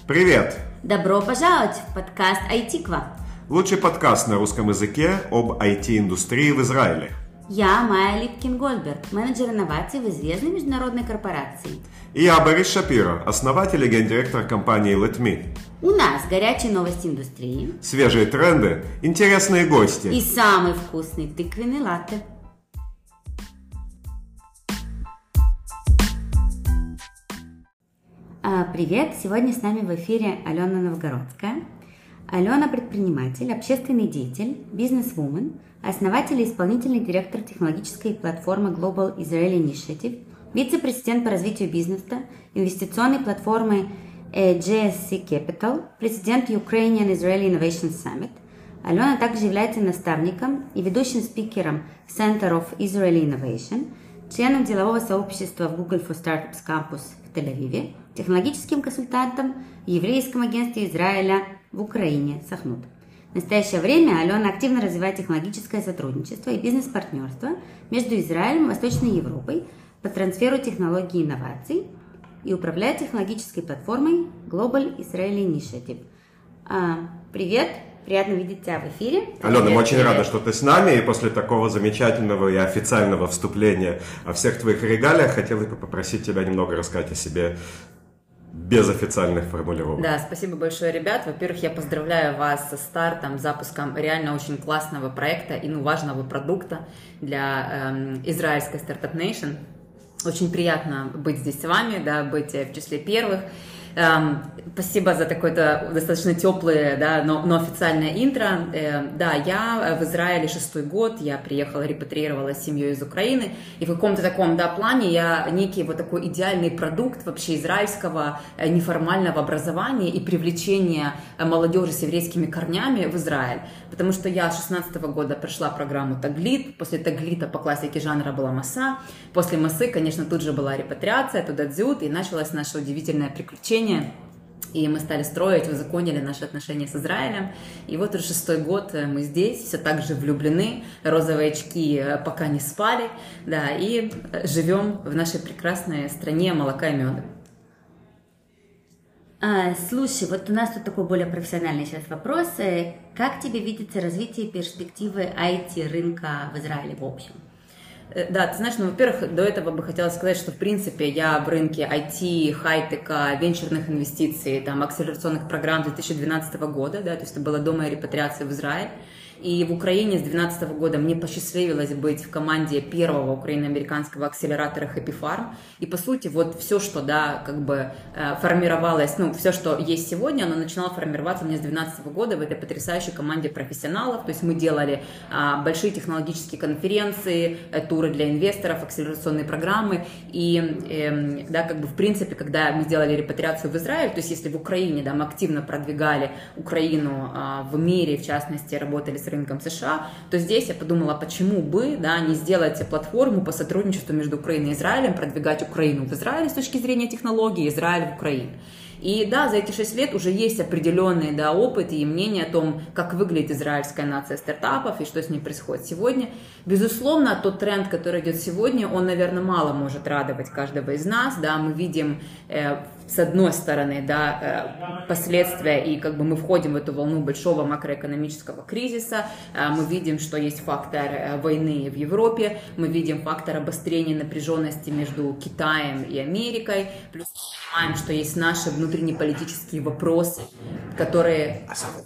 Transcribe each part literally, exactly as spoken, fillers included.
Привет! Добро пожаловать в подкаст «Айтиква». Лучший подкаст на русском языке об ай ти-индустрии в Израиле. Я Майя Липкин-Гольдберг, менеджер инноваций в известной международной корпорации. И я Борис Шапиро, основатель и гендиректор компании Letme. У нас горячие новости индустрии, свежие тренды, интересные гости и самый вкусный тыквенный латте. Привет! Сегодня с нами в эфире Алена Новгородская. Алена – предприниматель, общественный деятель, бизнес-вумен, основатель и исполнительный директор технологической платформы Global Israeli Initiative, вице-президент по развитию бизнеса, инвестиционной платформы джи эс си Capital, президент Ukrainian Israeli Innovation Summit. Алена также является наставником и ведущим спикером Center of Israeli Innovation, членом делового сообщества в Google for Startups Campus в Тель-Авиве, технологическим консультантом в еврейском агентстве Израиля в Украине Сахнут. В настоящее время Алена активно развивает технологическое сотрудничество и бизнес-партнерство между Израилем и Восточной Европой по трансферу технологий и инноваций и управляет технологической платформой Global Israeli Initiative. А, привет! Приятно видеть тебя в эфире. Алена, привет, мы очень привет. рады, что ты с нами, и после такого замечательного и официального вступления о всех твоих регалиях хотел бы попросить тебя немного рассказать о себе без официальных формулировок. Да, спасибо большое, ребят. Во-первых, я поздравляю вас со стартом, запуском реально очень классного проекта и ну, важного продукта для эм, израильской Startup Nation. Очень приятно быть здесь с вами, да, быть в числе первых. Эм, спасибо за такое-то достаточно теплое, да, но, но официальное интро. Э, да, я в Израиле шестой год, я приехала, репатриировала с семьей из Украины, и в каком-то таком, да, плане я некий вот такой идеальный продукт вообще израильского э, неформального образования и привлечения э, молодежи с еврейскими корнями в Израиль. Потому что я с шестнадцатого года прошла программу Таглит, после Таглита по классике жанра была Маса, после Масы, конечно, тут же была репатриация, туда дзют, и началось наше удивительное приключение. И мы стали строить, узаконили наши отношения с Израилем. И вот уже шестой год мы здесь, все так же влюблены, розовые очки пока не спали, да, и живем в нашей прекрасной стране молока и меда. А, слушай, вот у нас тут такой более профессиональный сейчас вопрос. Как тебе видится развитие перспективы ай ти-рынка в Израиле в общем? Да, ты знаешь, ну, во-первых, до этого бы хотела сказать, что, в принципе, я в рынке ай ти, хай-тека, венчурных инвестиций, там, акселерационных программ две тысячи двенадцатого года, да, то есть это было до моей репатриации в Израиль. И в Украине с две тысячи двенадцатого года мне посчастливилось быть в команде первого украино-американского акселератора Happy Farm. И, по сути, вот все, что, да, как бы формировалось, ну, все, что есть сегодня, оно начинало формироваться у меня с две тысячи двенадцатого года в этой потрясающей команде профессионалов. То есть мы делали а, большие технологические конференции, туры для инвесторов, акселерационные программы. И, э, да, как бы, в принципе, когда мы сделали репатриацию в Израиль, то есть если в Украине, да, мы активно продвигали Украину а, в мире, в частности, работали с рынком США, то здесь я подумала, почему бы, да, не сделать платформу по сотрудничеству между Украиной и Израилем, продвигать Украину в Израиле с точки зрения технологий, Израиль в Украине. И да, за эти шесть лет уже есть определенный, да, опыт и мнение о том, как выглядит израильская нация стартапов и что с ней происходит сегодня. Безусловно, тот тренд, который идет сегодня, он, наверное, мало может радовать каждого из нас. Да, мы видим э, с одной стороны, да, э, последствия, и как бы мы входим в эту волну большого макроэкономического кризиса. Э, мы видим, что есть фактор э, войны в Европе, мы видим фактор обострения напряженности между Китаем и Америкой, плюс понимаем, что есть наши внутреннеполитические вопросы, которые,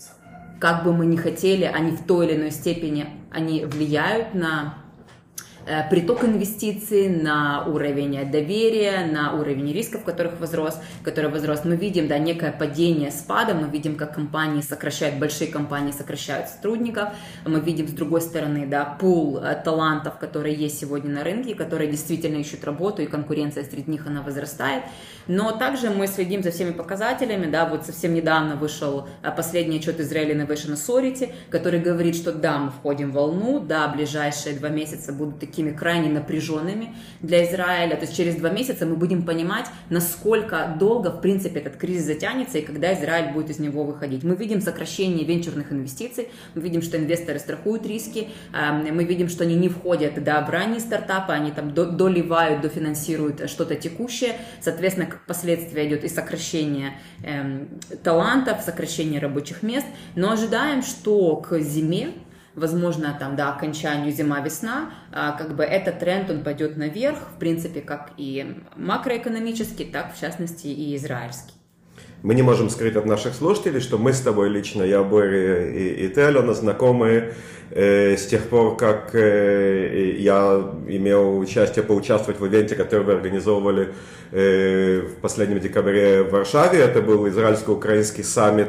как бы мы ни хотели, они в той или иной степени они влияют на э, приток инвестиций, на уровень доверия, на уровень рисков, которых возрос, который возрос. Мы видим, да, некое падение спада, мы видим, как компании сокращают, большие компании сокращают сотрудников, мы видим, с другой стороны, да, пул э, талантов, которые есть сегодня на рынке, которые действительно ищут работу, и конкуренция среди них, она возрастает. Но также мы следим за всеми показателями, да, вот совсем недавно вышел последний отчет Israeli Innovation Authority, который говорит, что да, мы входим в волну, да, ближайшие два месяца будут такие такими крайне напряженными для Израиля. То есть через два месяца мы будем понимать, насколько долго, в принципе, этот кризис затянется и когда Израиль будет из него выходить. Мы видим сокращение венчурных инвестиций, мы видим, что инвесторы страхуют риски, мы видим, что они не входят, да, в ранние стартапы, они там доливают, дофинансируют что-то текущее. Соответственно, как последствие идет и сокращение э, талантов, сокращение рабочих мест. Но ожидаем, что к зиме, возможно, там, до окончанию зима-весна, как бы этот тренд, он пойдет наверх, в принципе, как и макроэкономический, так, в частности, и израильский. Мы не можем скрыть от наших слушателей, что мы с тобой лично, я, Боря и, и ты, Алена, знакомы э, с тех пор, как э, я имел участие поучаствовать в ивенте, который вы организовывали э, в последнем декабре в Варшаве. Это был израильско-украинский саммит,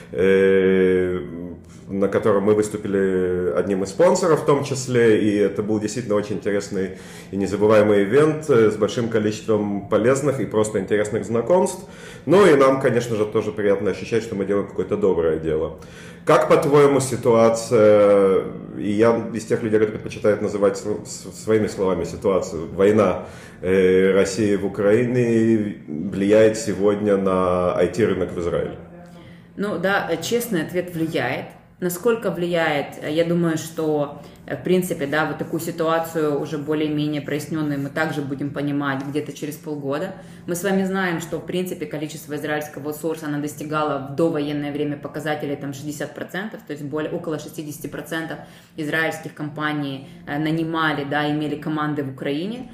э, на котором мы выступили одним из спонсоров в том числе, и это был действительно очень интересный и незабываемый ивент с большим количеством полезных и просто интересных знакомств. Ну и нам, конечно же, тоже приятно ощущать, что мы делаем какое-то доброе дело. Как, по-твоему, ситуация, и я из тех людей, которые предпочитают называть своими словами ситуацию, война России в Украине влияет сегодня на ай ти-рынок в Израиле? Ну да, честный ответ влияет. Насколько влияет, я думаю, что, в принципе, да, вот такую ситуацию уже более-менее проясненную мы также будем понимать где-то через полгода. Мы с вами знаем, что, в принципе, количество израильского аутсорса, оно достигало в довоенное время показателей там шестьдесят процентов, то есть более, около шестьдесят процентов израильских компаний нанимали, да, имели команды в Украине.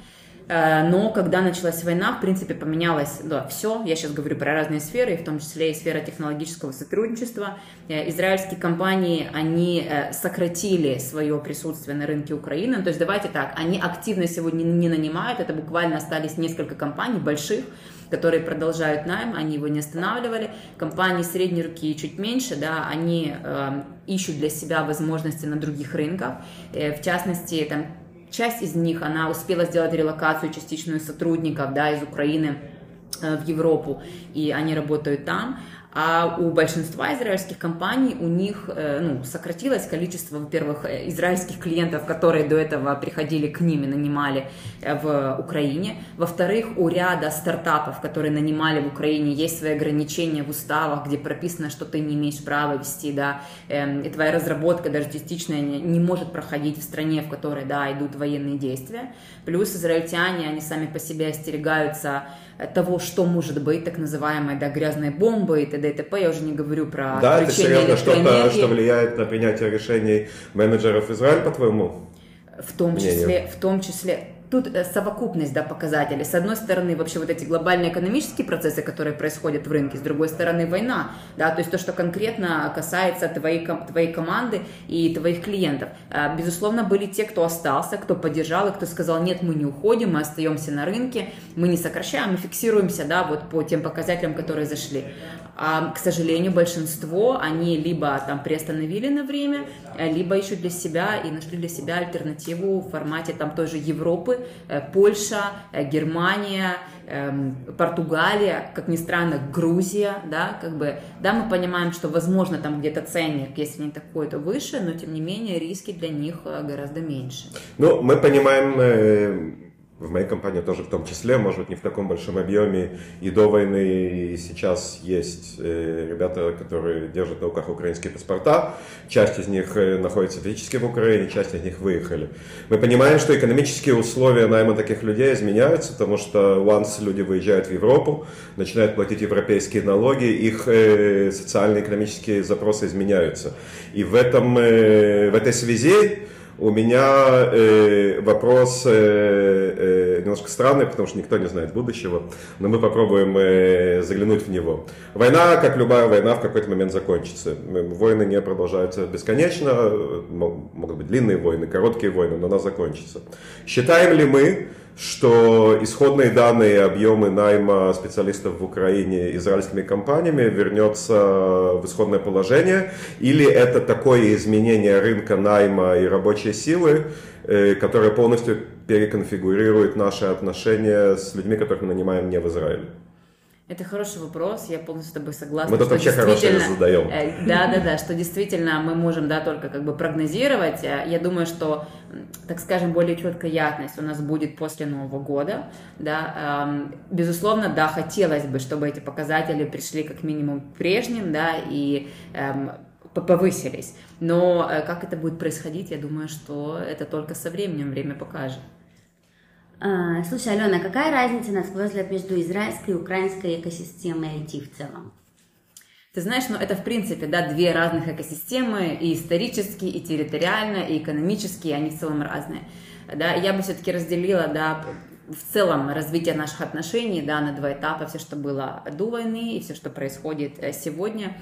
Но когда началась война, в принципе, поменялось, да, все. Я сейчас говорю про разные сферы, в том числе и сфера технологического сотрудничества. Израильские компании, они сократили свое присутствие на рынке Украины. То есть давайте так, они активно сегодня не нанимают, это буквально остались несколько компаний больших, которые продолжают найм, они его не останавливали. Компании средней руки чуть меньше, да, они э, ищут для себя возможности на других рынках. Э, в частности, там, часть из них, она успела сделать релокацию частичную сотрудников, да, из Украины э, в Европу, и они работают там. А у большинства израильских компаний у них э, ну, сократилось количество, во-первых, израильских клиентов, которые до этого приходили к ним и нанимали в Украине. Во-вторых, у ряда стартапов, которые нанимали в Украине, есть свои ограничения в уставах, где прописано, что ты не имеешь права вести, да, э, и твоя разработка даже частичная не, не может проходить в стране, в которой, да, идут военные действия. Плюс израильтяне, они сами по себе остерегаются того, что может быть, так называемые, да, грязные бомбы и т.д. и т.п. Я уже не говорю про да, отключение электроэнергии. Да, это серьезно что-то, что влияет на принятие решений менеджеров Израиля, по-твоему? В том числе, в том числе... Тут совокупность, да, показателей. С одной стороны, вообще вот эти глобальные экономические процессы, которые происходят в рынке, с другой стороны, война, да, то есть то, что конкретно касается твоей, твоей команды и твоих клиентов. Безусловно, были те, кто остался, кто поддержал и кто сказал, нет, мы не уходим, мы остаемся на рынке, мы не сокращаем, мы фиксируемся, да, вот по тем показателям, которые зашли. А, к сожалению, большинство, они либо там приостановили на время, либо ищут для себя и нашли для себя альтернативу в формате там той же Европы, Польша, Германия, Португалия, как ни странно, Грузия, да, как бы, да, мы понимаем, что, возможно, там где-то ценник, если не такой, то выше, но, тем не менее, риски для них гораздо меньше. Ну, мы понимаем, в моей компании тоже в том числе, может быть, не в таком большом объеме, и до войны, и сейчас есть э, ребята, которые держат на руках украинские паспорта, часть из них находится физически в Украине, часть из них выехали. Мы понимаем, что экономические условия найма таких людей изменяются, потому что once люди выезжают в Европу, начинают платить европейские налоги, их э, социально-экономические запросы изменяются. И в, этом, э, в этой связи у меня э, вопрос э, э, немножко странный, потому что никто не знает будущего, но мы попробуем э, заглянуть в него. Война, как любая война, в какой-то момент закончится. Войны не продолжаются бесконечно, могут быть длинные войны, короткие войны, но она закончится. Считаем ли мы, что исходные данные и объемы найма специалистов в Украине израильскими компаниями вернется в исходное положение, или это такое изменение рынка найма и рабочей силы, которое полностью переконфигурирует наши отношения с людьми, которых мы нанимаем не в Израиле? Это хороший вопрос, я полностью с тобой согласна. Мы тут вообще хорошие задаем. Да, да, да, что действительно мы можем, да, только как бы прогнозировать. Я думаю, что, так скажем, более четкая ясность у нас будет после Нового года, да. Безусловно, да, хотелось бы, чтобы эти показатели пришли как минимум к прежним, да, и повысились. Но как это будет происходить, я думаю, что это только со временем время покажет. А, слушай, Алена, какая разница, на твой взгляд, между израильской и украинской экосистемой ай ти в целом? Ты знаешь, ну это в принципе, да, две разных экосистемы, и исторически, и территориально, и экономически, они в целом разные. Да, я бы все-таки разделила, да, в целом развитие наших отношений, да, на два этапа, все, что было до войны, и все, что происходит сегодня,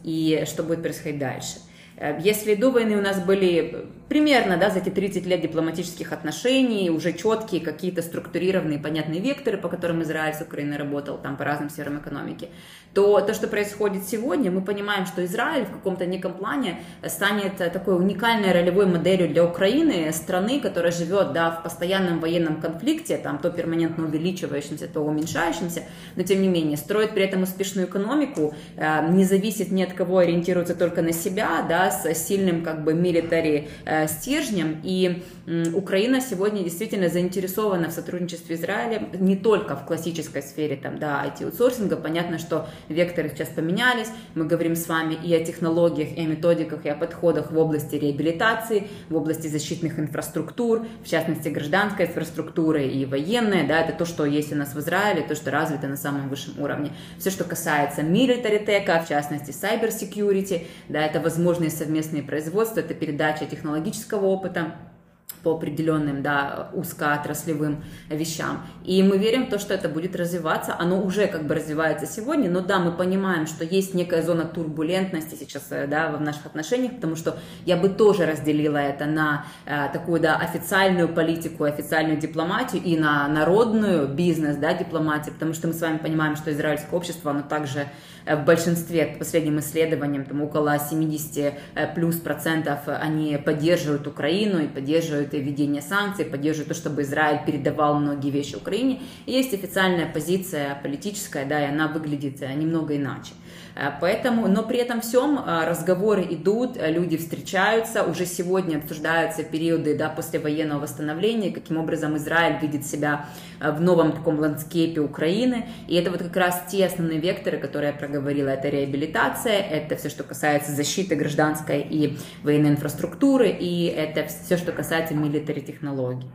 и что будет происходить дальше. Если до войны у нас были примерно, да, за эти тридцать лет дипломатических отношений уже четкие какие-то структурированные, понятные векторы, по которым Израиль с Украиной работал там по разным сферам экономики, то то, что происходит сегодня, мы понимаем, что Израиль в каком-то неком плане станет такой уникальной ролевой моделью для Украины, страны, которая живет, да, в постоянном военном конфликте, там то перманентно увеличивающемся, то уменьшающемся, но тем не менее строит при этом успешную экономику, не зависит ни от кого, ориентируется только на себя, да, с сильным как бы милитари стержнем, и Украина сегодня действительно заинтересована в сотрудничестве с Израилем не только в классической сфере там, да, ай ти-аутсорсинга. Понятно, что векторы сейчас поменялись, мы говорим с вами и о технологиях, и о методиках, и о подходах в области реабилитации, в области защитных инфраструктур, в частности гражданской инфраструктуры и военной, да, это то, что есть у нас в Израиле, то, что развито на самом высшем уровне. Все, что касается military tech, в частности cyber security, да, это возможные совместные производства, это передача технологического опыта по определенным, да, узкоотраслевым вещам. И мы верим в то, что это будет развиваться. Оно уже как бы развивается сегодня, но да, мы понимаем, что есть некая зона турбулентности сейчас, да, в наших отношениях, потому что я бы тоже разделила это на э, такую, да, официальную политику, официальную дипломатию и на народную бизнес, да, дипломатию, потому что мы с вами понимаем, что израильское общество, оно также в большинстве, по последним исследованиям, там около семьдесят плюс процентов, они поддерживают Украину и поддерживают введение санкций, поддерживают то, чтобы Израиль передавал многие вещи Украине. И есть официальная позиция политическая, да, и она выглядит немного иначе. Поэтому, но при этом всем разговоры идут, люди встречаются, уже сегодня обсуждаются периоды, да, послевоенного восстановления, каким образом Израиль видит себя в новом таком ландскейпе Украины. И это вот как раз те основные векторы, которые я проговорила. Это реабилитация, это все, что касается защиты гражданской и военной инфраструктуры, и это все, что касается милитари технологий.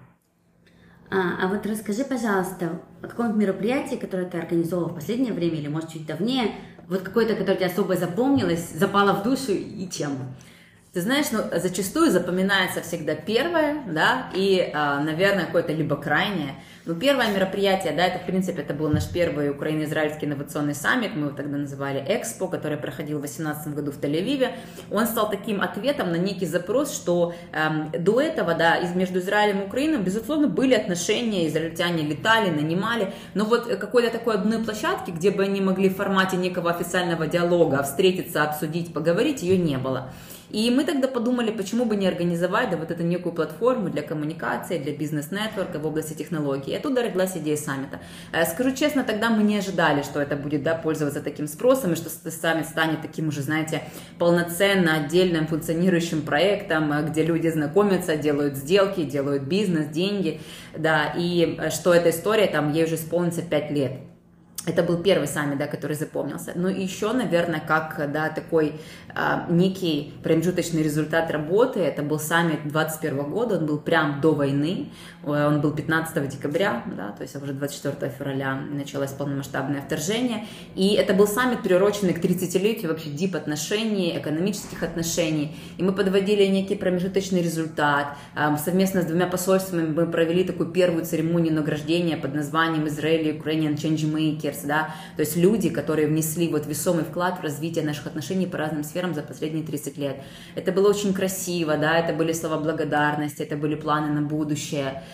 А, а вот расскажи, пожалуйста, о каком-то мероприятии, которое ты организовала в последнее время или, может, чуть давнее, вот какое-то, которое тебе особо запомнилось, запало в душу и чем? Ты знаешь, ну, зачастую запоминается всегда первое, да, и, наверное, какое-то либо крайнее. Ну, первое мероприятие, да, это, в принципе, это был наш первый украино-израильский инновационный саммит, мы его тогда называли Экспо, который проходил в две тысячи восемнадцатом году в Тель-Авиве. Он стал таким ответом на некий запрос, что эм, до этого, да, между Израилем и Украиной, безусловно, были отношения, израильтяне летали, нанимали, но вот какой-то такой одной площадки, где бы они могли в формате некого официального диалога встретиться, обсудить, поговорить, ее не было. И мы тогда подумали, почему бы не организовать, да, вот эту некую платформу для коммуникации, для бизнес-нетворка в области технологий. И оттуда родилась идея саммита. Скажу честно, тогда мы не ожидали, что это будет, да, пользоваться таким спросом, и что саммит станет таким уже, знаете, полноценно отдельным функционирующим проектом, где люди знакомятся, делают сделки, делают бизнес, деньги, да, и что эта история, там, ей уже исполнится пять лет. Это был первый саммит, да, который запомнился. Ну и еще, наверное, как, да, такой а, некий промежуточный результат работы, это был саммит двадцать первого года, он был прям до войны, он был пятнадцатого декабря, да, то есть уже двадцать четвёртого февраля началось полномасштабное вторжение, и это был саммит, приуроченный к тридцатилетию вообще дип-отношений, экономических отношений, и мы подводили некий промежуточный результат, совместно с двумя посольствами мы провели такую первую церемонию награждения под названием Israeli Ukrainian Changemakers, да, то есть люди, которые внесли вот весомый вклад в развитие наших отношений по разным сферам за последние тридцать лет. Это было очень красиво, да, это были слова благодарности, это были планы на будущее.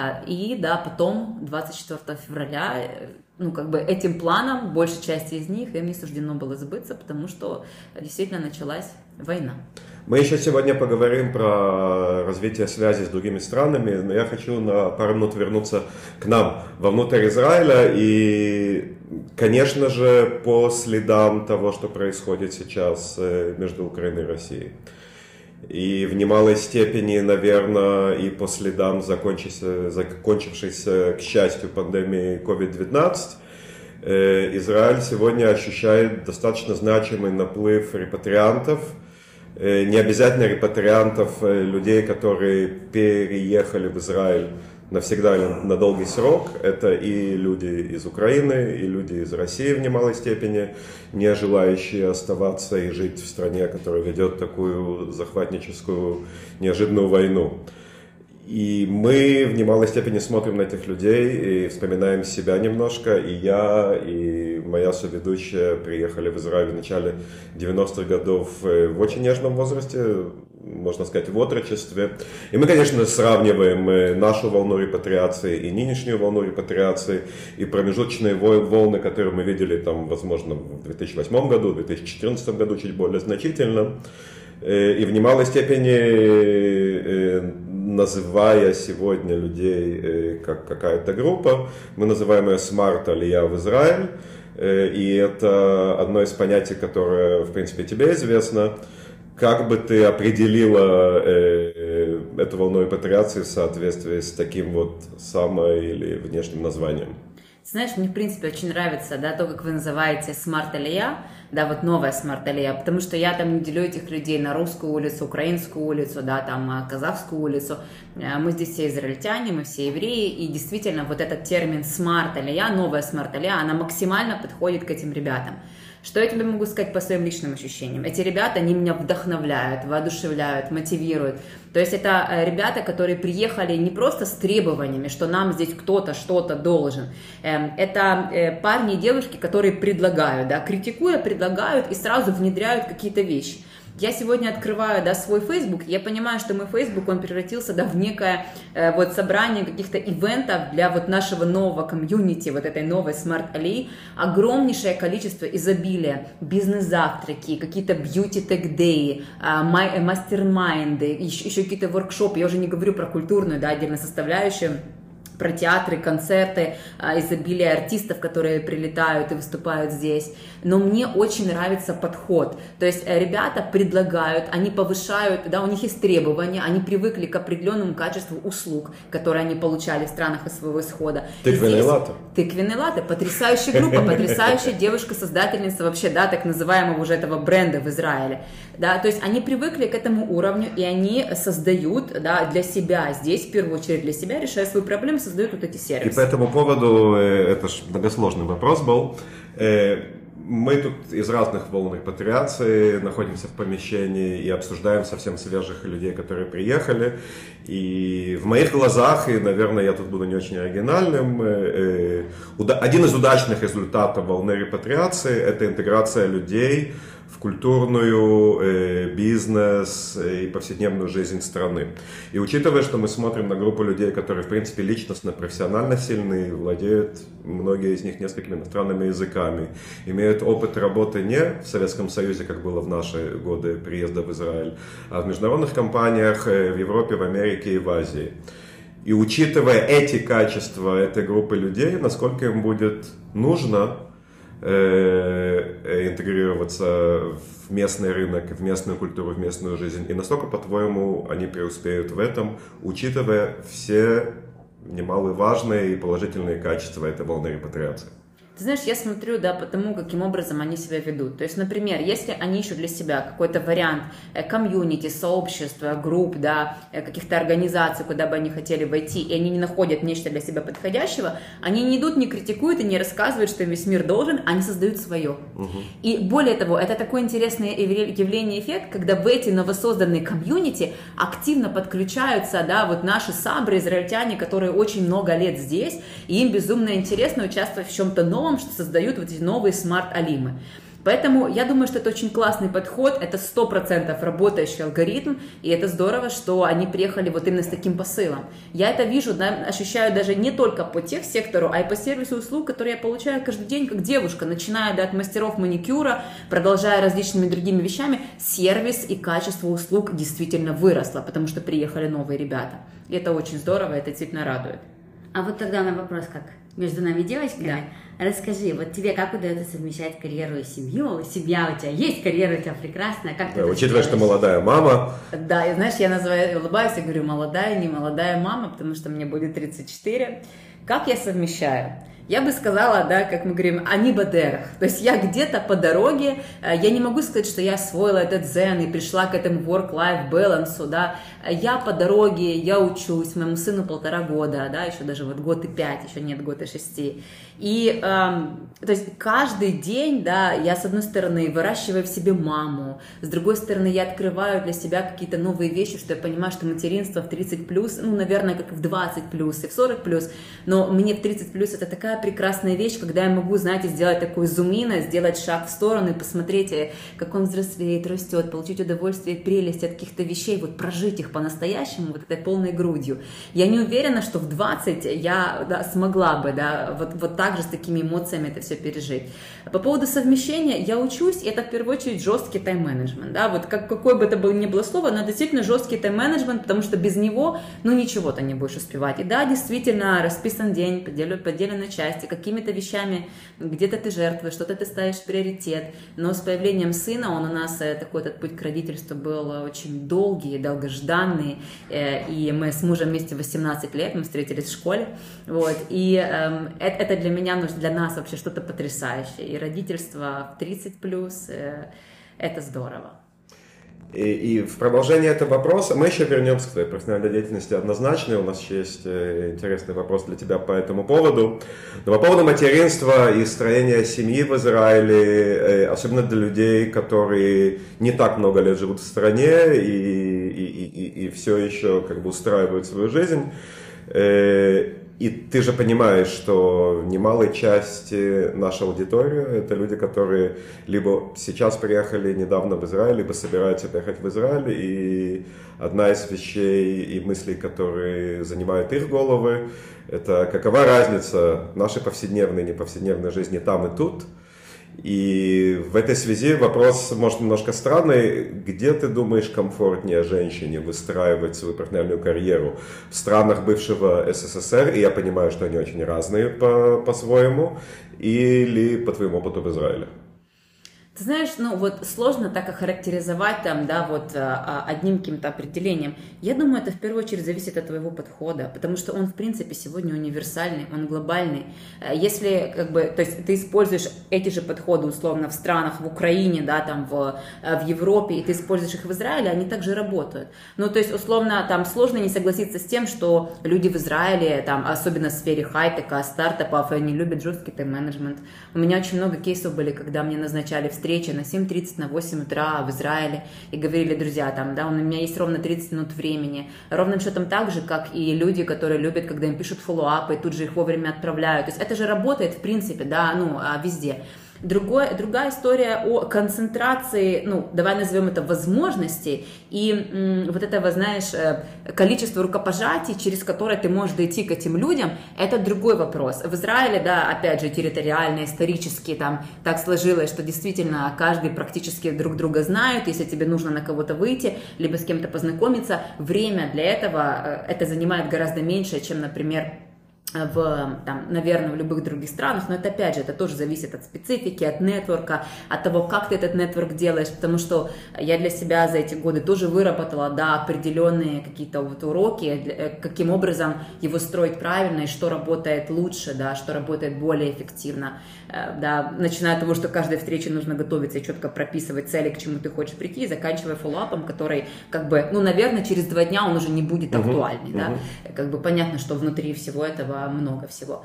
И, да, потом, двадцать четвёртого февраля, ну, как бы этим планом, большей части из них, им не суждено было сбыться, потому что действительно началась война. Мы еще сегодня поговорим про развитие связи с другими странами, но я хочу на пару минут вернуться к нам, вовнутрь Израиля, и конечно же, по следам того, что происходит сейчас между Украиной и Россией. И в немалой степени, наверное, и по следам закончившейся, закончившейся, к счастью, пандемии ковид девятнадцать, Израиль сегодня ощущает достаточно значимый наплыв репатриантов, не обязательно репатриантов, людей, которые переехали в Израиль навсегда или на долгий срок. Это и люди из Украины, и люди из России в немалой степени, не желающие оставаться и жить в стране, которая ведет такую захватническую неожиданную войну. И мы в немалой степени смотрим на этих людей и вспоминаем себя немножко. И я, и моя соведущая приехали в Израиль в начале девяностых годов в очень нежном возрасте, можно сказать, в отрочестве. И мы, конечно, сравниваем нашу волну репатриации и нынешнюю волну репатриации, и промежуточные волны, которые мы видели, там, возможно, в две тысячи восьмом году, в две тысячи четырнадцатом году чуть более значительно. И в немалой степени, называя сегодня людей как какая-то группа, мы называем ее Smart Aliyah в Израиль. И это одно из понятий, которое, в принципе, тебе известно. Как бы ты определила эту волну репатриации в соответствии с таким вот само- или внешним названием? Знаешь, мне, в принципе, очень нравится, да, то, как вы называете Smart Aliyah, да, вот новая Smart Aliyah, потому что я там не делю этих людей на русскую улицу, украинскую улицу, да, там, казахскую улицу. Мы здесь все израильтяне, мы все евреи, и действительно вот этот термин Smart Aliyah, новая Smart Aliyah, она максимально подходит к этим ребятам. Что я тебе могу сказать по своим личным ощущениям? Эти ребята, они меня вдохновляют, воодушевляют, мотивируют. То есть это ребята, которые приехали не просто с требованиями, что нам здесь кто-то что-то должен. Это парни и девушки, которые предлагают, да, критикуя, предлагают и сразу внедряют какие-то вещи. Я сегодня открываю, да, свой Facebook, я понимаю, что мой Facebook, он превратился, да, в некое э, вот собрание каких-то ивентов для вот нашего нового комьюнити, вот этой новой Smart Aliyah. Огромнейшее количество изобилия, бизнес-завтраки, какие-то бьюти-тег-деи, э, мастер-майнды, еще, еще какие-то воркшопы. Я уже не говорю про культурную, да, отдельно составляющую, про театры, концерты, изобилие артистов, которые прилетают и выступают здесь. Но мне очень нравится подход. То есть ребята предлагают, они повышают, да, у них есть требования, они привыкли к определенному качеству услуг, которые они получали в странах из своего исхода. Тыквенные латте. Тыквенные латте. Потрясающая группа, потрясающая девушка-создательница вообще, да, так называемого уже этого бренда в Израиле. Да, то есть они привыкли к этому уровню, и они создают, да, для себя здесь, в первую очередь для себя, решая свои проблемы, создают вот эти сервисы. И по этому поводу, это же многосложный вопрос был, мы тут из разных волн репатриации находимся в помещении и обсуждаем совсем свежих людей, которые приехали. И в моих глазах, и, наверное, я тут буду не очень оригинальным, один из удачных результатов волны репатриации – это интеграция людей в культурную, э, бизнес и повседневную жизнь страны. И учитывая, что мы смотрим на группу людей, которые, в принципе, личностно, профессионально сильны, владеют, многие из них, несколькими иностранными языками, имеют опыт работы не в Советском Союзе, как было в наши годы приезда в Израиль, а в международных компаниях э, в Европе, в Америке и в Азии. И учитывая эти качества этой группы людей, насколько им будет нужно интегрироваться в местный рынок, в местную культуру, в местную жизнь. И насколько, по-твоему, они преуспеют в этом, учитывая все немаловажные и положительные качества этой волны репатриации? Ты знаешь, я смотрю, да, по тому, каким образом они себя ведут. То есть, например, если они ищут для себя какой-то вариант комьюнити, сообщества, групп, да, каких-то организаций, куда бы они хотели войти, и они не находят нечто для себя подходящего, они не идут, не критикуют и не рассказывают, что им весь мир должен, они создают свое. Угу. И более того, это такое интересное явление, эффект, когда в эти новосозданные комьюнити активно подключаются, да, вот наши сабры, израильтяне, которые очень много лет здесь, и им безумно интересно участвовать в чем-то новом, что создают вот эти новые смарт-алимы. Поэтому я думаю, что это очень классный подход, это сто процентов работающий алгоритм, и это здорово, что они приехали вот именно с таким посылом. Я это вижу, да, ощущаю даже не только по техсектору, а и по сервису услуг, которые я получаю каждый день как девушка, начиная, да, от мастеров маникюра, продолжая различными другими вещами, сервис и качество услуг действительно выросло, потому что приехали новые ребята. И это очень здорово, это действительно радует. А вот тогда на вопрос как? между нами девочками. Да. Расскажи, вот тебе как удается совмещать карьеру и семью? Семья у тебя есть, карьера у тебя прекрасная. Как ты да, учитывая, что молодая мама. Да, и знаешь, я называю, улыбаюсь и говорю, молодая, не молодая мама, потому что мне будет тридцать четыре. Как я совмещаю? Я бы сказала, да, как мы говорим, они бадерах. То есть я где-то по дороге, я не могу сказать, что я освоила этот дзен и пришла к этому work-life balance, да. Я по дороге, я учусь, моему сыну полтора года, да, еще даже вот год и пять, еще нет год и шести. И, эм, то есть каждый день, да, я с одной стороны выращиваю в себе маму, с другой стороны я открываю для себя какие-то новые вещи, что я понимаю, что материнство в тридцать плюс, ну, наверное, как в двадцать плюс и в сорок плюс, но мне в тридцать плюс это такая прекрасная вещь, когда я могу, знаете, сделать такой зум-ин, сделать шаг в сторону и посмотреть, как он взрослеет, растет, получить удовольствие и прелесть от каких-то вещей, вот прожить их по-настоящему, вот этой полной грудью. Я не уверена, что в двадцать я, да, смогла бы, да, вот, вот так же с такими эмоциями это все пережить. По поводу совмещения, я учусь, и это в первую очередь жесткий тайм-менеджмент, да, вот как, какое бы это было ни было слово, но действительно жесткий тайм-менеджмент, потому что без него, ну, ничего ты не будешь успевать. И да, действительно, расписан день, поделен, поделен на части, какими-то вещами, где-то ты жертвуешь, что-то ты ставишь в приоритет, но с появлением сына, он у нас, такой этот путь к родительству был очень долгий, долгожданный, и мы с мужем вместе восемнадцать лет, мы встретились в школе, вот, и э, это для меня, для нас вообще что-то потрясающее, и родительство в тридцать плюс, э, это здорово. И, и в продолжение этого вопроса, мы еще вернемся к твоей профессиональной деятельности однозначно, у нас еще есть интересный вопрос для тебя по этому поводу. Но по поводу материнства и строения семьи в Израиле, особенно для людей, которые не так много лет живут в стране и, и, и, и все еще как бы устраивают свою жизнь, и ты же понимаешь, что немалой части нашей аудитории это люди, которые либо сейчас приехали недавно в Израиль, либо собираются приехать в Израиль. И одна из вещей и мыслей, которые занимают их головы, это какова разница нашей повседневной и неповседневной жизни там и тут. И в этой связи вопрос, может, немножко странный. Где, ты думаешь, комфортнее женщине выстраивать свою профессиональную карьеру? В странах бывшего СССР, и я понимаю, что они очень разные по- по-своему, или по твоему опыту в Израиле? Ты знаешь, ну вот сложно так охарактеризовать там, да, вот одним каким-то определением. Я думаю, это в первую очередь зависит от твоего подхода, потому что он, в принципе, сегодня универсальный, он глобальный. Если, как бы, то есть ты используешь эти же подходы, условно, в странах, в Украине, да, там, в, в Европе, и ты используешь их в Израиле, они также работают. Ну, то есть, условно, там сложно не согласиться с тем, что люди в Израиле, там, особенно в сфере хай-тека, стартапов, они любят жесткий тайм-менеджмент. У меня очень много кейсов были, когда мне назначали встречи встреча на семь тридцать, на восемь утра в Израиле, и говорили, друзья, там, да, у меня есть ровно тридцать минут времени, ровным счетом так же, как и люди, которые любят, когда им пишут фоллоуапы, и тут же их вовремя отправляют, то есть это же работает, в принципе, да, ну, везде. Другой, другая история о концентрации, ну, давай назовем это возможности, и м, вот этого, знаешь, количество рукопожатий, через которое ты можешь дойти к этим людям, это другой вопрос. В Израиле, да, опять же, территориально, исторически, там, так сложилось, что действительно каждый практически друг друга знает, если тебе нужно на кого-то выйти, либо с кем-то познакомиться, время для этого, это занимает гораздо меньше, чем, например, в, там, наверное, в любых других странах, но это, опять же, это тоже зависит от специфики, от нетворка, от того, как ты этот нетворк делаешь, потому что я для себя за эти годы тоже выработала, да, определенные какие-то вот уроки, каким образом его строить правильно и что работает лучше, да, что работает более эффективно, да, начиная от того, что каждой встрече нужно готовиться и четко прописывать цели, к чему ты хочешь прийти, и заканчивая фоллоуапом, который, как бы, ну, наверное, через два дня он уже не будет uh-huh. актуальный, uh-huh. да, как бы понятно, что внутри всего этого много всего.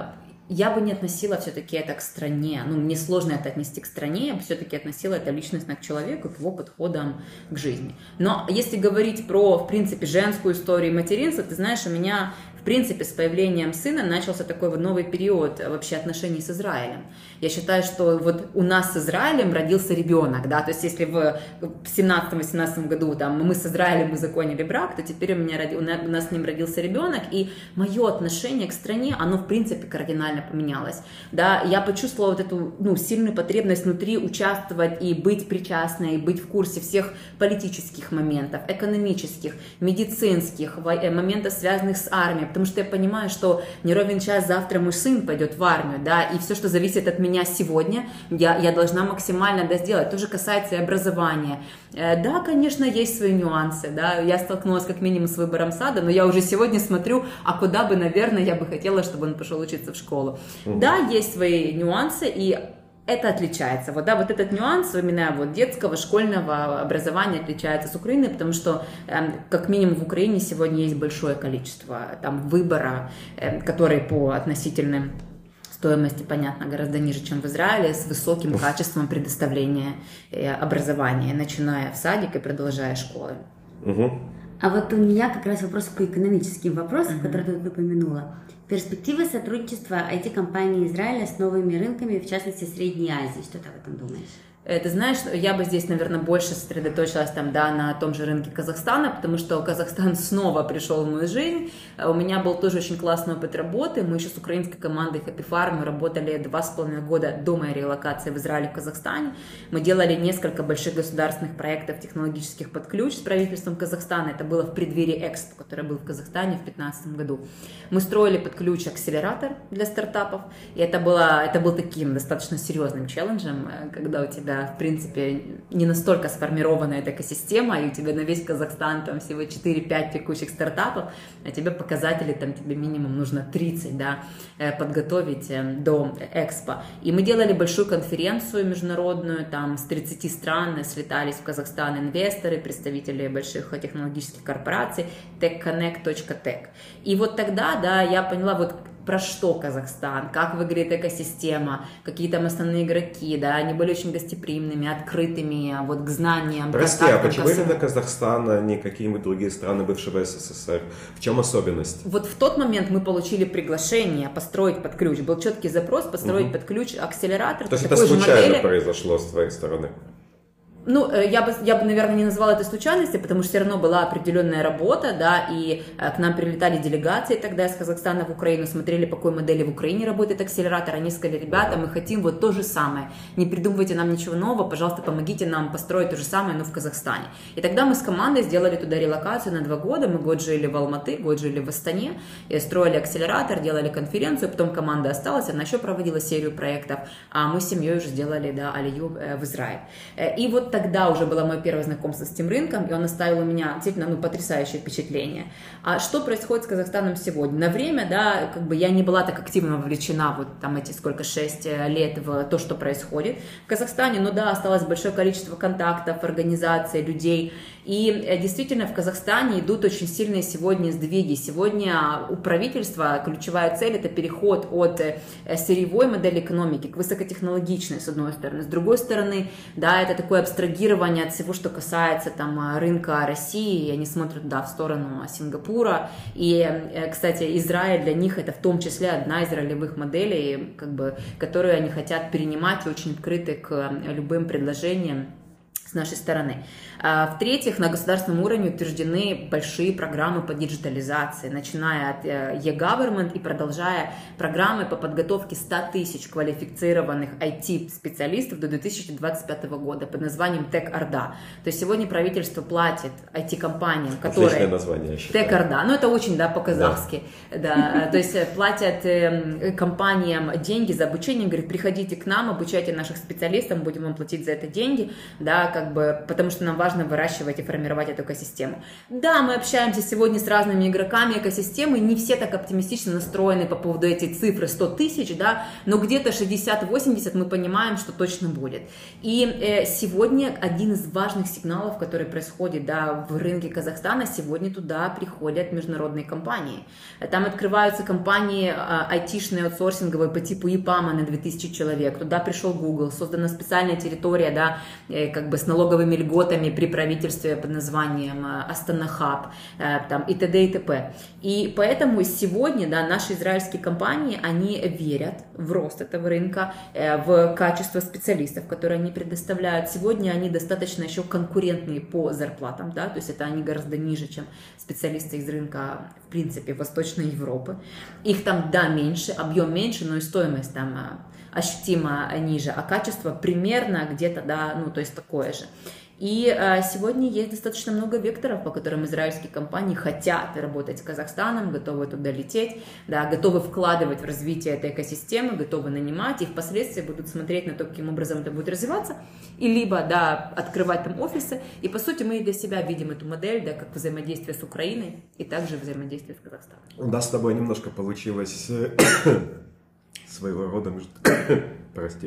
Я бы не относила все-таки это к стране, ну, мне сложно это отнести к стране, я бы все-таки относила это личностно к человеку, к его подходам к жизни. Но если говорить про, в принципе, женскую историю материнства, ты знаешь, у меня, в принципе, с появлением сына начался такой вот новый период вообще отношений с Израилем. Я считаю, что вот у нас с Израилем родился ребенок, да, то есть если в семнадцатом-восемнадцатом году там мы с Израилем узаконили брак, то теперь у меня роди... у нас с ним родился ребенок, и мое отношение к стране, оно, в принципе, кардинально поменялось, да, я почувствовала вот эту, ну, сильную потребность внутри участвовать и быть причастной, и быть в курсе всех политических моментов, экономических, медицинских, моментов, связанных с армией, потому что я понимаю, что не ровен час завтра мой сын пойдет в армию, да, и все, что зависит от меня сегодня, я, я должна максимально да, сделать. То же касается и образования. Да, конечно, есть свои нюансы, да, я столкнулась как минимум с выбором сада, но я уже сегодня смотрю, а куда бы, наверное, я бы хотела, чтобы он пошел учиться в школу. Mm-hmm. Да, есть свои нюансы, и это отличается. Вот, да, вот этот нюанс именно вот детского, школьного образования отличается с Украины, потому что э, как минимум в Украине сегодня есть большое количество там выбора, э, который по относительным стоимости, понятно, гораздо ниже, чем в Израиле, с высоким качеством предоставления э, образования, начиная в садик и продолжая школы. Угу. А вот у меня как раз вопрос по экономическим вопросам, угу. которые ты тут упомянула. Перспективы сотрудничества ай ти-компаний Израиля с новыми рынками, в частности, Средней Азии. Что ты об этом думаешь? Ты знаешь, я бы здесь, наверное, больше сосредоточилась там, да, на том же рынке Казахстана, потому что Казахстан снова пришел в мою жизнь. У меня был тоже очень классный опыт работы. Мы еще с украинской командой Happy Farm работали два с половиной года до моей релокации в Израиле в Казахстане. Мы делали несколько больших государственных проектов технологических под ключ с правительством Казахстана. Это было в преддверии Экспо, который был в Казахстане в две тысячи пятнадцатом году. Мы строили под ключ акселератор для стартапов, и это, было, это был таким достаточно серьезным челленджем, когда у тебя в принципе, не настолько сформирована эта экосистема, и у тебя на весь Казахстан там всего четыре-пять текущих стартапов, а тебе показатели, там тебе минимум нужно тридцать, да, подготовить до Экспо. И мы делали большую конференцию международную, там с тридцати стран слетались в Казахстан инвесторы, представители больших технологических корпораций, techconnect точка tech. И вот тогда, да, я поняла, вот про что Казахстан, как выглядит экосистема, какие там основные игроки, да, они были очень гостеприимными, открытыми, вот к знаниям. Прости, а почему именно Казахстан, а не какие-нибудь другие страны бывшего СССР? В чем особенность? Вот в тот момент мы получили приглашение построить под ключ, был четкий запрос построить угу. под ключ акселератор. То есть это случайно модели. Произошло с твоей стороны? Ну, я бы, я бы, наверное, не назвала это случайностью, потому что все равно была определенная работа, да, и к нам прилетали делегации тогда из Казахстана в Украину, смотрели, по какой модели в Украине работает акселератор, они сказали, ребята, мы хотим вот то же самое, не придумывайте нам ничего нового, пожалуйста, помогите нам построить то же самое, но в Казахстане. И тогда мы с командой сделали туда релокацию на два года, мы год жили в Алматы, год жили в Астане, строили акселератор, делали конференцию, потом команда осталась, она еще проводила серию проектов, а мы с семьей уже сделали, да, алию в Израиль. И вот тогда уже было мое первое знакомство с этим рынком, и он оставил у меня действительно ну, потрясающее впечатление. А что происходит с Казахстаном сегодня? На время, да, как бы я не была так активно вовлечена вот там эти сколько, шесть лет в то, что происходит в Казахстане, но да, осталось большое количество контактов, организаций, людей, и действительно в Казахстане идут очень сильные сегодня сдвиги. Сегодня у правительства ключевая цель – это переход от сырьевой модели экономики к высокотехнологичной, с одной стороны. С другой стороны, да, это такое абстрагирование от всего, что касается там рынка России, и они смотрят, да, в сторону Сингапура. И, кстати, Израиль для них это в том числе одна из ролевых моделей, как бы, которые они хотят перенимать и очень открыты к любым предложениям с нашей стороны. В-третьих, на государственном уровне утверждены большие программы по диджитализации, начиная от e-government и продолжая программы по подготовке ста тысяч квалифицированных ай ти-специалистов до две тысячи двадцать пятого года под названием Tech-Орда. То есть сегодня правительство платит ай ти-компаниям, которые... Отличное название, я считаю. Tech-Орда, ну это очень, да, по-казахски. Да. Да. То есть платят компаниям деньги за обучение, говорят, приходите к нам, обучайте наших специалистов, мы будем вам платить за это деньги, да, как бы, потому что нам важно выращивать и формировать эту экосистему. Да, мы общаемся сегодня с разными игроками экосистемы, не все так оптимистично настроены по поводу этой цифры сто тысяч, да, но где-то шестьдесят-восемьдесят мы понимаем, что точно будет. И э, сегодня один из важных сигналов, который происходит, да, в рынке Казахстана, сегодня туда приходят международные компании. Там открываются компании э, айтишные, аутсорсинговые по типу ИПАМа на две тысячи человек. Туда пришел Google, создана специальная территория, да, э, как бы с налоговыми льготами при правительстве под названием Астана Хаб, там, и т.д. и т.п. И поэтому сегодня, да, наши израильские компании, они верят в рост этого рынка, в качество специалистов, которые они предоставляют. Сегодня они достаточно еще конкурентные по зарплатам, да, то есть это они гораздо ниже, чем специалисты из рынка, в принципе, Восточной Европы. Их там, да, меньше, объем меньше, но и стоимость там ощутимо ниже, а качество примерно где-то, да, ну, то есть такое же. И а, сегодня есть достаточно много векторов, по которым израильские компании хотят работать с Казахстаном, готовы туда лететь, да, готовы вкладывать в развитие этой экосистемы, готовы нанимать, и впоследствии будут смотреть на то, каким образом это будет развиваться, и либо да, открывать там офисы. И по сути мы для себя видим эту модель, да, как взаимодействие с Украиной и также взаимодействие с Казахстаном. У нас с тобой немножко получилось своего рода между... Прости.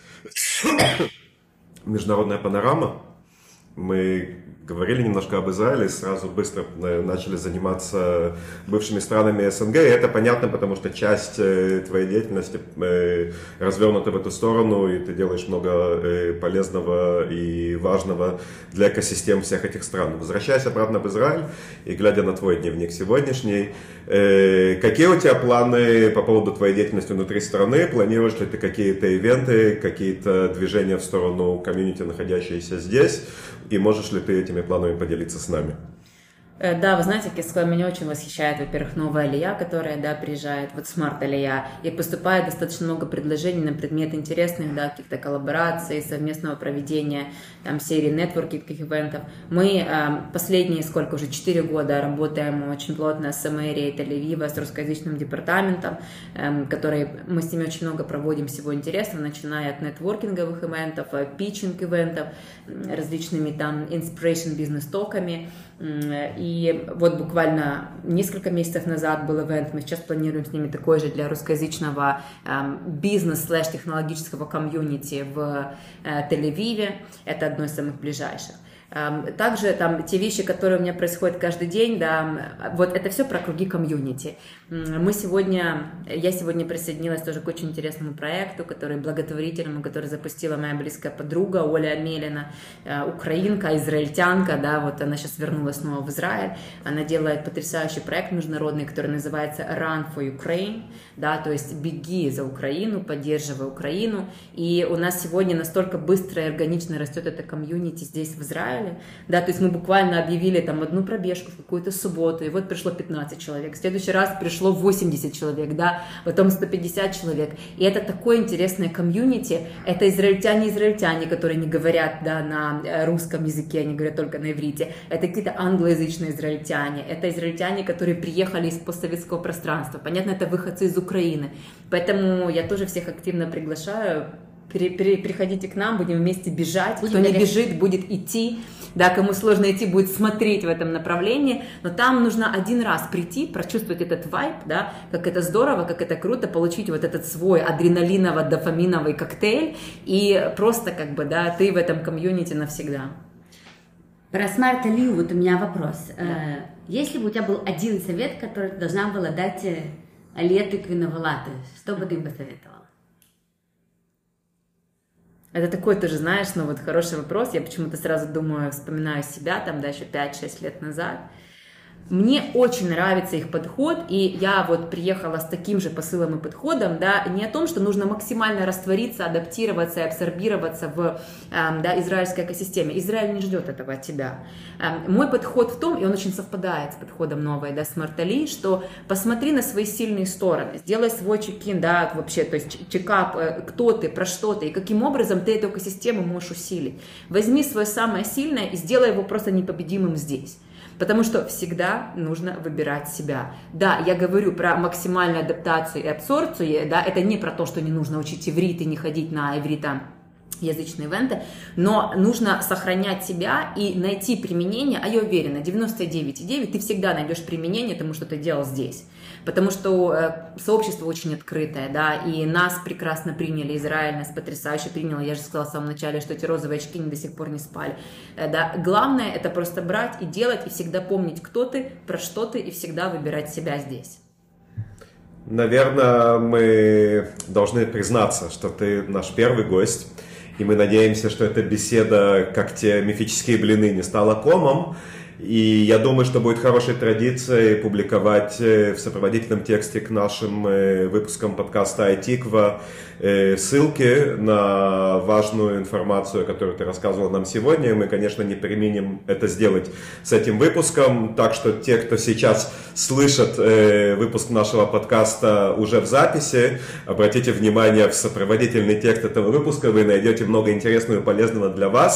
международная панорама. Мы говорили немножко об Израиле, сразу быстро начали заниматься бывшими странами СНГ. И это понятно, потому что часть твоей деятельности развернута в эту сторону, и ты делаешь много полезного и важного для экосистем всех этих стран. Возвращаясь обратно в Израиль и глядя на твой дневник сегодняшний, какие у тебя планы по поводу твоей деятельности внутри страны? Планируешь ли ты какие-то ивенты, какие-то движения в сторону комьюнити, находящиеся здесь? И можешь ли ты этими планами поделиться с нами? Да, вы знаете, Киской, меня очень восхищает, во-первых, новая Алия, которая, да, приезжает, вот Smart Алия, и поступает достаточно много предложений на предмет интересных, да, каких-то коллабораций, совместного проведения, там, серии нетворкинговых ивентов. Мы э, последние, сколько уже, четыре года работаем очень плотно с мэрией Тель-Авива, с русскоязычным департаментом, э, который, мы с ними очень много проводим всего интересного, начиная от нетворкинговых ивентов, питчинг ивентов, различными там inspiration бизнес-токами. И вот буквально несколько месяцев назад был ивент, мы сейчас планируем с ними такой же для русскоязычного э, бизнес-технологического комьюнити в э, Тель-Авиве. Это одно из самых ближайших. Также там те вещи, которые у меня происходят каждый день, да, вот это все про круги комьюнити. Мы сегодня, я сегодня присоединилась тоже к очень интересному проекту, который благотворительному, который запустила моя близкая подруга Оля Амелина, украинка, израильтянка, да, вот она сейчас вернулась снова в Израиль. Она делает потрясающий проект международный, который называется Run for Ukraine, да, то есть беги за Украину, поддерживай Украину. И у нас сегодня настолько быстро и органично растет это комьюнити здесь в Израиле. Да, то есть мы буквально объявили там одну пробежку в какую-то субботу, и вот пришло пятнадцать человек, в следующий раз пришло восемьдесят человек, да, потом сто пятьдесят человек, и это такое интересное комьюнити, это израильтяне-израильтяне, которые не говорят, да, на русском языке, они говорят только на иврите, это какие-то англоязычные израильтяне, это израильтяне, которые приехали из постсоветского пространства, понятно, это выходцы из Украины, поэтому я тоже всех активно приглашаю. Приходите к нам, будем вместе бежать. Будем Кто не бегать. Бежит, будет идти. Да, кому сложно идти, будет смотреть в этом направлении. Но там нужно один раз прийти, прочувствовать этот вайб, да, как это здорово, как это круто, получить вот этот свой адреналиново-дофаминовый коктейль. И просто как бы, да, ты в этом комьюнити навсегда. Про Smart Алию вот у меня вопрос. Да. Если бы у тебя был один совет, который ты должна была дать Алие тыквенного латте, что бы ты им посоветовала? Это такой тоже, знаешь, ну вот хороший вопрос. Я почему-то сразу думаю, вспоминаю себя там, да, еще пять-шесть лет назад. Мне очень нравится их подход, и я вот приехала с таким же посылом и подходом, да, не о том, что нужно максимально раствориться, адаптироваться и абсорбироваться в, э, да, израильской экосистеме. Израиль не ждет этого от тебя. Э, мой подход в том, и он очень совпадает с подходом новой, да, Smart Алии, что посмотри на свои сильные стороны, сделай свой чекин, да, вообще, то есть чекап, э, кто ты, про что ты, и каким образом ты эту экосистему можешь усилить. Возьми свое самое сильное и сделай его просто непобедимым здесь. Потому что всегда нужно выбирать себя. Да, я говорю про максимальную адаптацию и абсорбцию, да, это не про то, что не нужно учить иврит и не ходить на ивритоязычные ивенты, но нужно сохранять себя и найти применение, а я уверена, девяносто девять и девять ты всегда найдешь применение тому, что ты делал здесь. Потому что э, сообщество очень открытое, да, и нас прекрасно приняли, Израиль нас потрясающе принял, я же сказала в самом начале, что эти розовые очки не до сих пор не спали, э, да, главное это просто брать и делать, и всегда помнить, кто ты, про что ты, и всегда выбирать себя здесь. Наверное, мы должны признаться, что ты наш первый гость, и мы надеемся, что эта беседа, как те мифические блины, не стала комом. И я думаю, что будет хорошей традицией публиковать в сопроводительном тексте к нашим выпускам подкаста «Айтиква» ссылки на важную информацию, которую ты рассказывала нам сегодня. Мы, конечно, не преминем это сделать с этим выпуском. Так что те, кто сейчас слышат выпуск нашего подкаста уже в записи, обратите внимание в сопроводительный текст этого выпуска. Вы найдете много интересного и полезного для вас.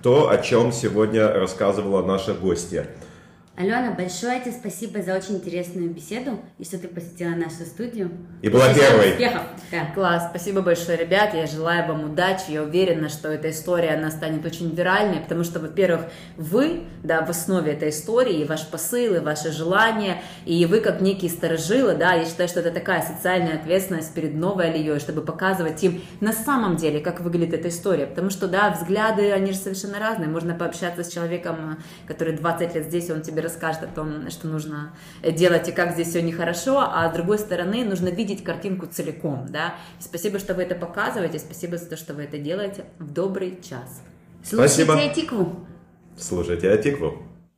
то, о чем сегодня рассказывала наша гостья. Алена, большое тебе спасибо за очень интересную беседу и что ты посетила нашу студию. И была первой. Успехов. Да. Класс, спасибо большое, ребят. Я желаю вам удачи. Я уверена, что эта история, она станет очень виральной, потому что, во-первых, вы, да, в основе этой истории, и ваш посыл, и ваши желания, и вы как некие старожилы, да, я считаю, что это такая социальная ответственность перед новой Алией, чтобы показывать им на самом деле, как выглядит эта история, потому что, да, взгляды, они же совершенно разные. Можно пообщаться с человеком, который двадцать лет здесь, он тебе расскажет о том, что нужно делать и как здесь все нехорошо, а с другой стороны нужно видеть картинку целиком, да. И спасибо, что вы это показываете, спасибо за то, что вы это делаете в добрый час. Слушайте Спасибо. Айтикву. Слушайте Айтикву.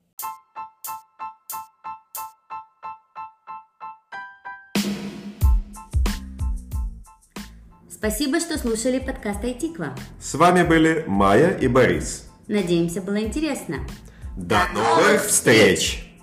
Спасибо, что слушали подкаст Айтиква. С вами были Майя и Борис. Надеемся, было интересно. До новых встреч!